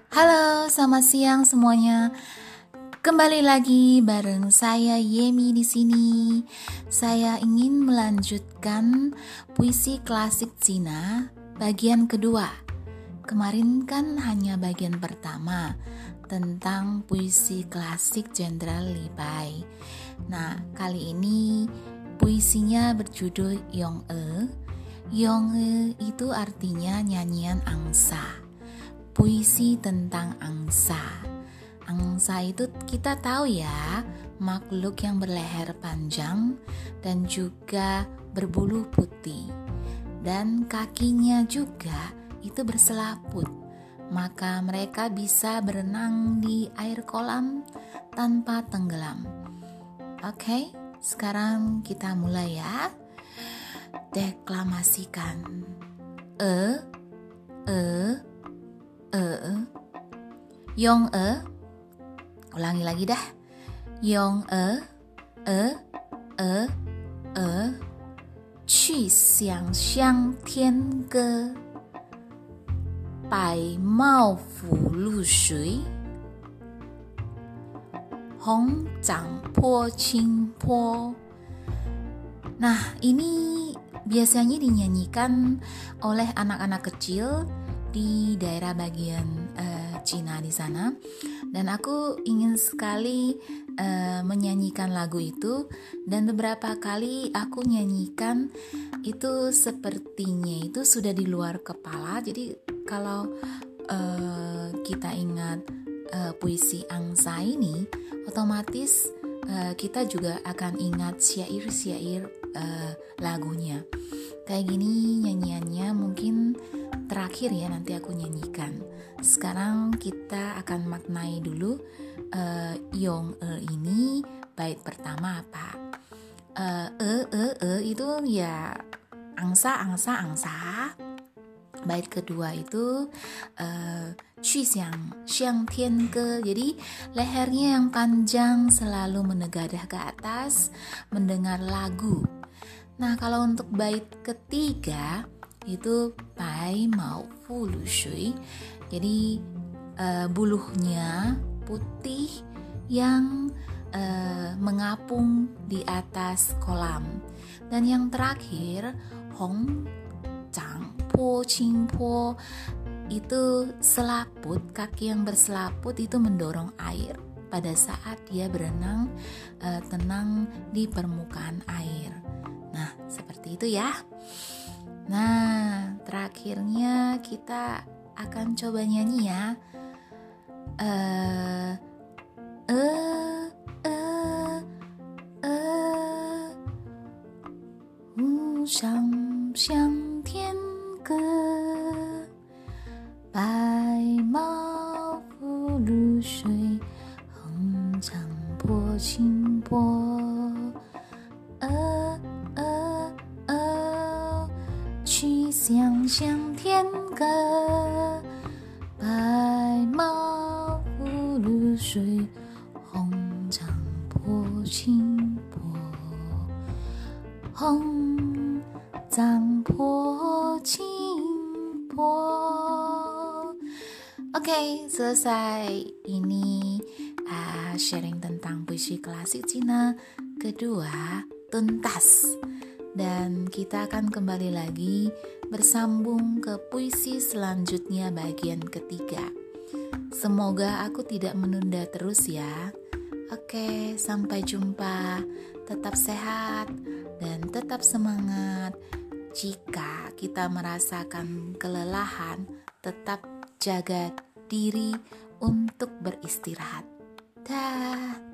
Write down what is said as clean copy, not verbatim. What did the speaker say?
Halo, selamat siang semuanya. Kembali lagi bareng saya Yemi di sini. Saya ingin melanjutkan puisi klasik Cina bagian kedua. Kemarin kan hanya bagian pertama tentang puisi klasik Jenderal Li Bai. Nah, kali ini puisinya berjudul Yong-e. Yong-e itu artinya nyanyian angsa. Puisi tentang angsa. Angsa itu kita tahu ya, makhluk yang berleher panjang dan juga berbulu putih. Dan kakinya juga itu berselaput. Maka mereka bisa berenang di air kolam tanpa tenggelam. Oke, sekarang kita mulai ya. Deklamasikan. Yong-e. Ulangi lagi dah. Yong-e,去想象天歌，百茂府露水，红掌坡青坡。Nah, ini biasanya dinyanyikan oleh anak-anak kecil di daerah bagian Cina di sana, dan aku ingin sekali menyanyikan lagu itu, dan beberapa kali aku nyanyikan itu sepertinya itu sudah di luar kepala. Jadi kalau kita ingat puisi angsa ini, otomatis kita juga akan ingat syair-syair lagunya. Kayak gini nyanyiannya mungkin terakhir ya, nanti aku nyanyikan. Sekarang kita akan maknai dulu Yong-e ini bait pertama apa. Itu ya angsa. Bait kedua itu Qu xiang tian ge. Jadi lehernya yang panjang selalu menegadah ke atas mendengar lagu. Nah, kalau untuk bait ketiga itu bai mao fu lu shui. Jadi buluhnya putih yang mengapung di atas kolam. Dan yang terakhir hong chang po qing po, itu selaput, kaki yang berselaput itu mendorong air pada saat dia berenang tenang di permukaan air. Nah, seperti itu ya. Nah, terakhirnya kita akan coba nyanyi ya. Shang xiang tian ge, bai mao fu lu shui, heng chang po qing po.去想象天歌，白毛浮绿水，红掌拨清波，红掌拨清波。Oke, selesai. Ini sharing tentang puisi klasik Cina kedua tuntas. Dan kita akan kembali lagi bersambung ke puisi selanjutnya bagian ketiga. Semoga aku tidak menunda terus ya. Oke, sampai jumpa. Tetap sehat dan tetap semangat. Jika kita merasakan kelelahan, tetap jaga diri untuk beristirahat. Dah.